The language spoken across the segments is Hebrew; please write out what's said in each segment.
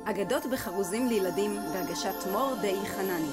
אגדות בחרוזים לילדים בהגשת מור די חנני.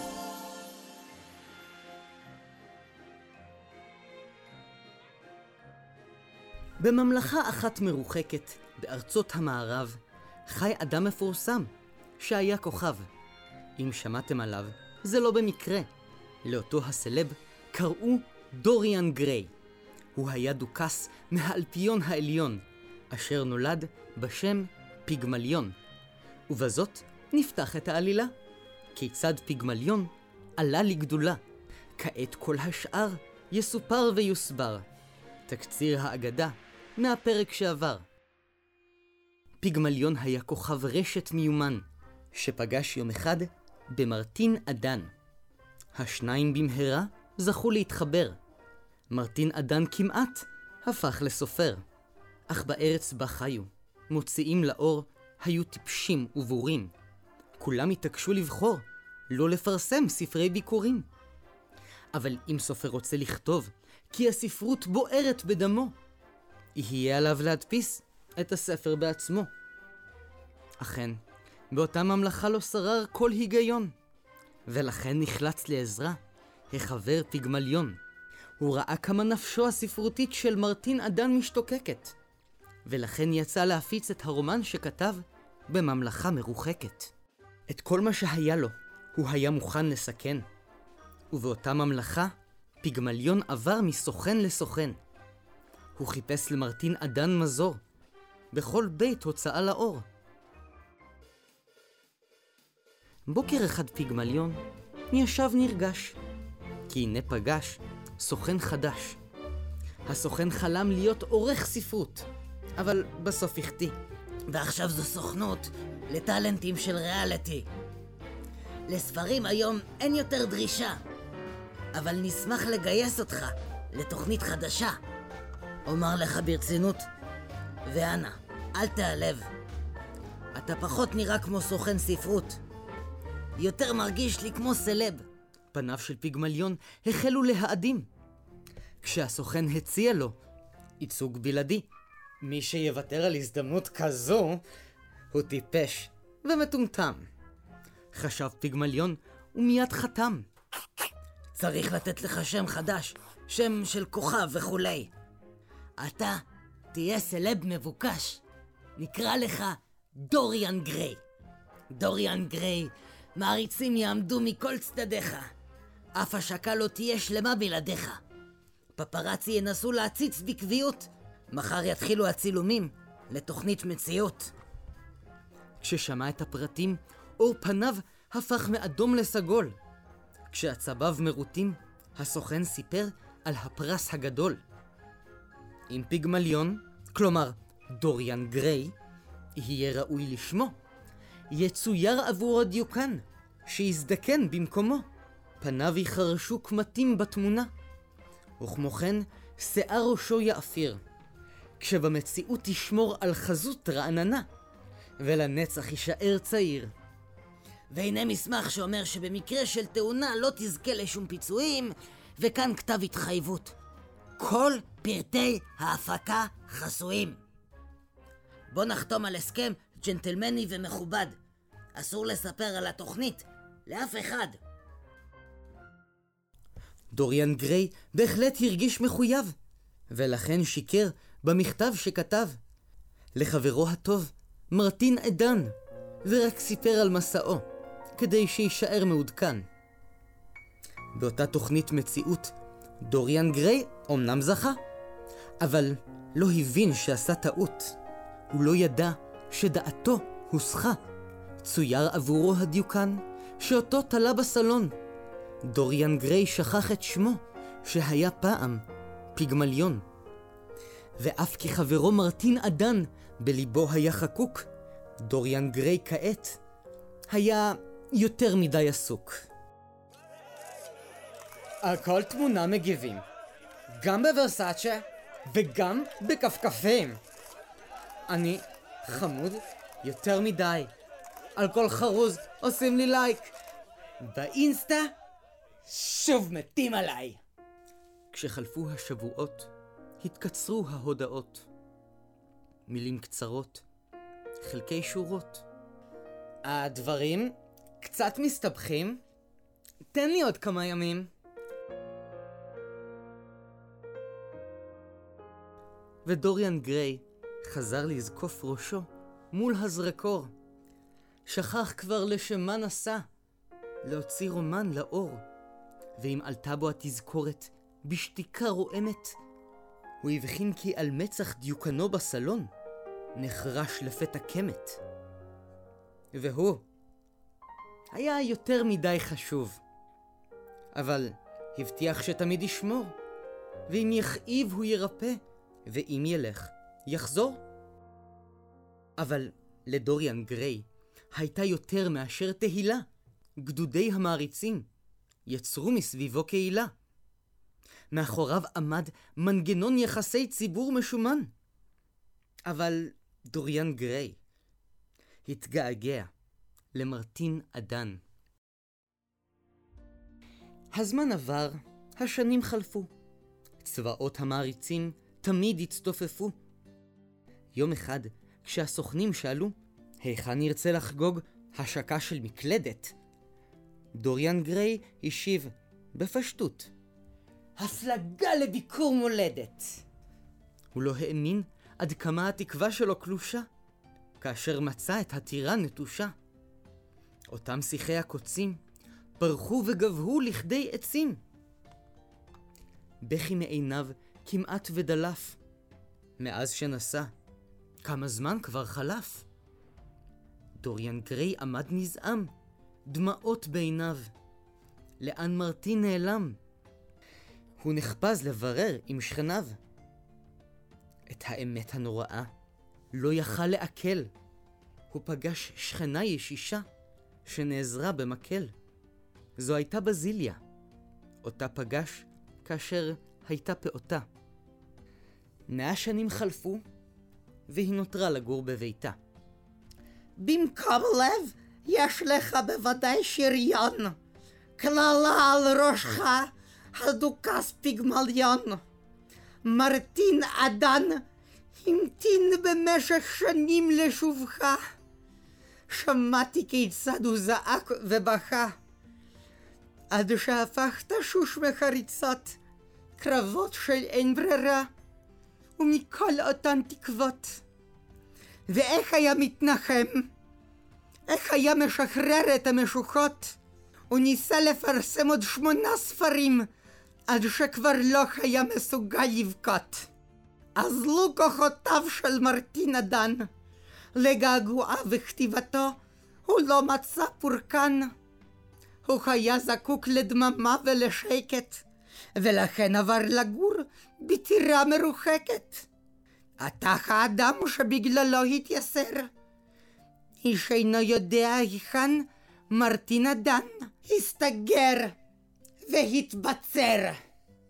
בממלכה אחת מרוחקת, בארצות המערב, חי אדם מפורסם, שהיה כוכב. אם שמעתם עליו, זה לא במקרה. לאותו הסלב קראו דוריאן גריי. הוא היה דוכס מהאלפיון העליון, אשר נולד בשם פיגמליון. ובזאת נפתח את העלילה. כיצד פיגמליון עלה לגדולה. כעת כל השאר יסופר ויוסבר. תקציר האגדה מהפרק שעבר. פיגמליון היה כוכב רשת מיומן, שפגש יום אחד במרטין אדן. השניים במהרה זכו להתחבר. מרטין אדן כמעט הפך לסופר. אך בארץ בה חיו, מוציאים לאור, היו טיפשים ובורים. כולם התעקשו לבחור, לא לפרסם ספרי ביקורים. אבל אם סופר רוצה לכתוב, כי הספרות בוערת בדמו, יהיה עליו להדפיס את הספר בעצמו. אכן, באותה ממלכה לא שרר כל היגיון, ולכן נחלץ לעזרה החבר פיגמליון. הוא ראה כמה נפשו הספרותית של מרטין אדן משתוקקת, ולכן יצא להפיץ את הרומן שכתב בממלכה מרוחקת. את כל מה שהיה לו הוא היה מוכן לסכן, ובאותה ממלכה פיגמליון עבר מסוכן לסוכן. הוא חיפש למרטין אדן מזור בכל בית הוצאה לאור. בוקר אחד פיגמליון ישב נרגש, כי הנה פגש סוכן חדש. הסוכן חלם להיות עורך ספרות, אבל בסוף החטיא. ועכשיו זו סוכנות לטלנטים של ריאליטי. לספרים היום אין יותר דרישה, אבל נשמח לגייס אותך לתוכנית חדשה. אומר לך ברצינות, ואנא, אל תעלב. אתה פחות נראה כמו סוכן ספרות, יותר מרגיש לי כמו סלב. פניו של פיגמליון החלו להאדים, כשהסוכן הציע לו ייצוג בלעדי. מי שיוותר על הזדמנות כזו הוא טיפש ומטומטם, חשב פיגמליון ומיד חתם. צריך לתת לך שם חדש, שם של כוכב וכולי. אתה תהיה סלב מבוקש, נקרא לך דוריאן גריי. דוריאן גריי, מעריצים יעמדו מכל צדדיך, אף השקה לא תהיה שלמה בלעדיך. פפרצי ינסו להציץ בקביעות, מחר יתחילו הצילומים לתוכנית מציאות. כששמע את הפרטים, אור פניו הפך מאדום לסגול. כשעצביו מרוטים, הסוכן סיפר על הפרס הגדול. אם פיגמליון, כלומר דוריאן גריי, יהיה ראוי לשמו, יצויר עבור הדיוקן, שיזדקן במקומו. פניו יחרשו קמטים בתמונה, וכמו כן שיער ראשו יאפיר, כשבמציאות תשמור על חזות רעננה, ולנצח יישאר צעיר. והנה מסמך שאומר שבמקרה של תאונה לא תזכה לשום פיצויים, וכאן כתב התחייבות. כל פרטי ההפקה חסויים. בוא נחתום על הסכם ג'נטלמני ומכובד. אסור לספר על התוכנית לאף אחד. דוריאן גריי בהחלט הרגיש מחויב, ולכן שיקר במכתב שכתב לחברו הטוב מרטין אדן, ורק סיפר על מסעו כדי שישאר מעודכן. באותה תוכנית מציאות דוריאן גריי אומנם זכה, אבל לא הבין שעשה טעות. הוא לא ידע שדעתו הוסחה. צויר עבורו הדיוקן שאותו תלה בסלון. דוריאן גריי שכח את שמו שהיה פעם פיגמליון. ואף כי חברו מרטין אדן בליבו היה חקוק, דוריאן גריי כעת היה יותר מדי עסוק. על כל תמונה מגיבים, גם בוורסאצ'ה וגם בכפכפים. אני חמוד יותר מדי. על כל חרוז עושים לי לייק. באינסטה שוב מתים עליי. כשחלפו השבועות, התקצרו ההודעות. מילים קצרות, חלקי שורות. הדברים קצת מסתבכים. תן לי עוד כמה ימים. ודוריאן גריי חזר לזקוף ראשו מול הזרקור. שכח כבר לשם מה נסע, להוציא רומן לאור. ואם עלתה בו התזכורת בשתיקה רועמת, הוא הבחין כי על מצח דיוקנו בסלון נחרש לפתע קמת. והוא היה יותר מדי חשוב. אבל הבטיח שתמיד ישמור, ואם יכאיב הוא ירפא, ואם ילך יחזור. אבל לדוריאן גריי הייתה יותר מאשר תהילה. גדודי המעריצים יצרו מסביבו קהילה. מאחוריו עמד מנגנון יחסי ציבור משומן. אבל דוריאן גריי התגעגע למרטין אדן. הזמן עבר, השנים חלפו. צבאות המעריצים תמיד הצטופפו. יום אחד, כשהסוכנים שאלו היכן ירצה לחגוג השקה של מקלדת, דוריאן גריי השיב בפשטות: הפלגה לביקור מולדת. הוא לא האמין עד כמה התקווה שלו קלושה, כאשר מצא את הטירה נטושה. אותם שיחי הקוצים פרחו וגבהו לכדי עצים. בכי מעיניו כמעט ודלף. מאז שנסע, כמה זמן כבר חלף. דוריאן גריי עמד נזעם, דמעות בעיניו. לאן מרטין נעלם? הוא נחפז לברר עם שכניו. את האמת הנוראה לא יכל לעכל. הוא פגש שכנה ישישה שנעזרה במקל. זו הייתה בזיליה. אותה פגש כאשר הייתה פעוטה. 100 שנים חלפו, והיא נותרה לגור בביתה. במקום לב, יש לך בוודאי שריון. כללה על ראשך, הדוכס פיגמליון. מרטין אדן המתין במשך שנים לשובך. שמעתי כיצד הוא זעק ובכה. עד שהפכת שוש מחריצות, קרבות של אין ברירה, ומכל אותן תקוות. ואיך היה מתנחם? איך היה משחרר את המשוחות? הוא ניסה לפרסם עוד 8 ספרים, עד שכבר לא היה מסוגל לבכות. אזלו כוחותיו של מרטין אדן. לגעגועה וכתיבתו הוא לא מצא פורקן. הוא היה זקוק לדממה ולשקט, ולכן עבר לגור בטירה מרוחקת. אתה האדם שבגללו התייסר. איש אינו יודע היכן מרטין אדן הסתגר והתבצר.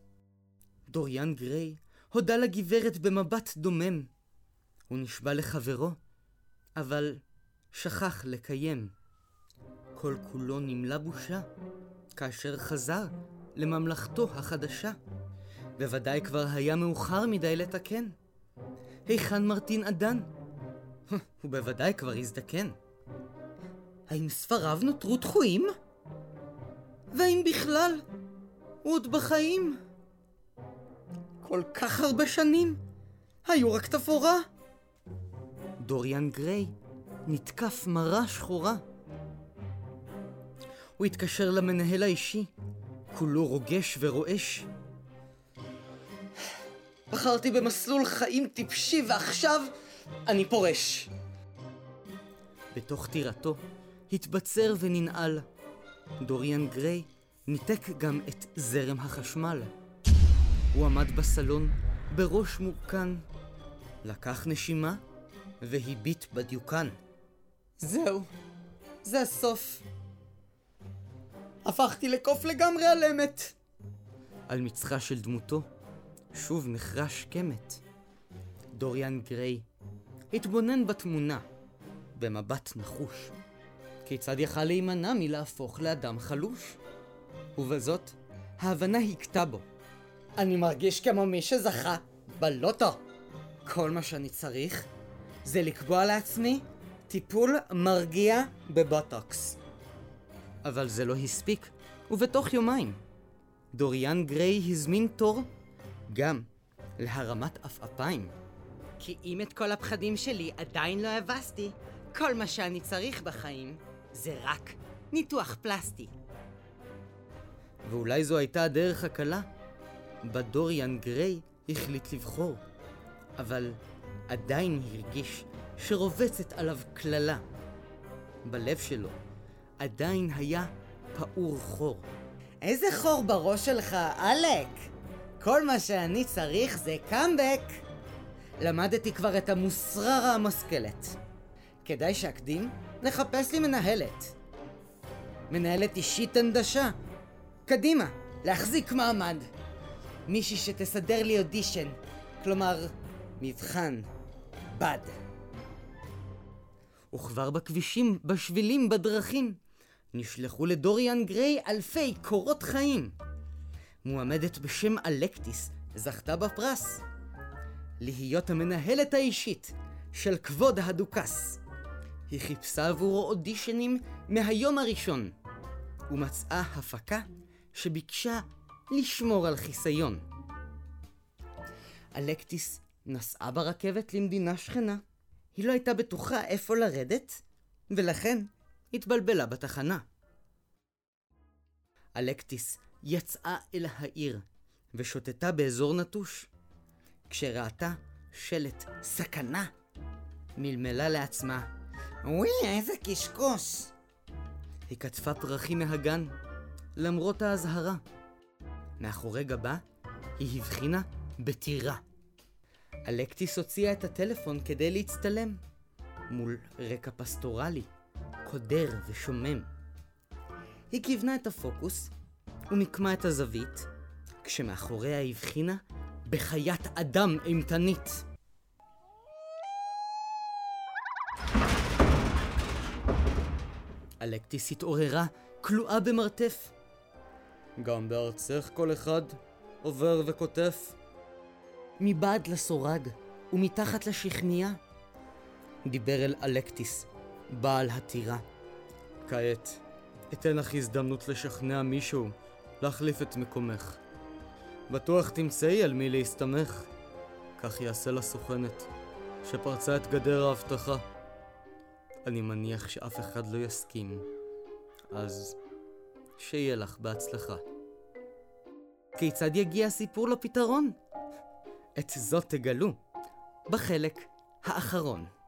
דוריאן גריי הודה לגברת במבט דומם. הוא נשבע לחברו, אבל שכח לקיים. כל כולו נמלא בושה כאשר חזר לממלכתו החדשה. בוודאי כבר היה מאוחר מדי לתקן. היכן מרטין אדן? הוא בוודאי כבר הזדקן. האם ספריו נותרו דחויים? והאם בכלל הוא עוד בחיים? כל כך הרבה שנים היו רק תפאורה. דוריאן גריי נתקף מרה שחורה. הוא התקשר למנהל האישי, כולו רוגש ורועש. בחרתי במסלול חיים טיפשי ועכשיו אני פורש. בתוך טירתו התבצר וננעל. דוריאן גריי ניתק גם את זרם החשמל. הוא עמד בסלון בראש מורכן, לקח נשימה והביט בדיוקן. זהו, זה הסוף. הפכתי לקוף לגמרי על אמת. על מצחה של דמותו שוב נחרש קמת. דוריאן גריי התבונן בתמונה במבט נחוש. כיצד יכל להימנע מלהפוך לאדם חלוש? ובזאת ההבנה הכתה בו. אני מרגיש כמו מי שזכה בלוטו. כל מה שאני צריך זה לקבוע לעצמי טיפול מרגיע בבוטוקס. אבל זה לא הספיק, ובתוך יומיים דוריאן גריי הזמין תור גם להרמת עפעפיים. כי אם את כל הפחדים שלי עדיין לא הבסתי, כל מה שאני צריך בחיים זה רק ניתוח פלסטי. ואולי זו הייתה הדרך הקלה בה דוריאן גריי החליט לבחור, אבל עדיין הרגיש שרובצת עליו כללה. בלב שלו עדיין היה פעור חור. איזה חור בראש שלך, אלק? כל מה שאני צריך זה קאמבק. למדתי כבר את המוסררה המושכלת. כדאי שאקדים לחפש לי מנהלת. מנהלת אישית הנדשה. קדימה, להחזיק מעמד. מישהי שתסדר לי אודישן, כלומר, מבחן, בד. וכבר בכבישים, בשבילים, בדרכים, נשלחו לדוריאן גריי אלפי קורות חיים. מועמדת בשם אלקטיס זכתה בפרס להיות המנהלת האישית של כבוד הדוכס. היא חיפשה עבורו אודישנים מהיום הראשון, ומצאה הפקה שביקשה לשמור על חיסיון. אלקטיס נסעה ברכבת למדינה שכנה. היא לא הייתה בטוחה איפה לרדת, ולכן התבלבלה בתחנה. אלקטיס יצאה אל העיר ושוטטה באזור נטוש. כשראתה שלט סכנה, מלמלה לעצמה, וואי, איזה קשקוש. היא קטפה פרחים מהגן, למרות ההזהרה. מאחורי גבה היא הבחינה בטירה. אלקטיס הוציאה את הטלפון כדי להצטלם מול רקע פסטורלי, קודר ושומם. היא כיוונה את הפוקוס ומיקמה את הזווית, כשמאחוריה הבחינה בחיית אדם אימתנית. אלקטיס התעוררה, כלואה במרתף. גם בארצך כל אחד עובר וכותף. מבעד לסורג ומתחת לשכניה דיבר אל אלקטיס, בעל הטירה. כעת אתן לך הזדמנות לשכנע מישהו להחליף את מקומך. בטוח תמצאי על מי להסתמך. כך יעשה לסוכנת שפרצה את גדר ההבטחה. אני מניח שאף אחד לא יסכים, אז שיהיה לך בהצלחה. כיצד יגיע הסיפור לפתרון? את זאת תגלו בחלק האחרון.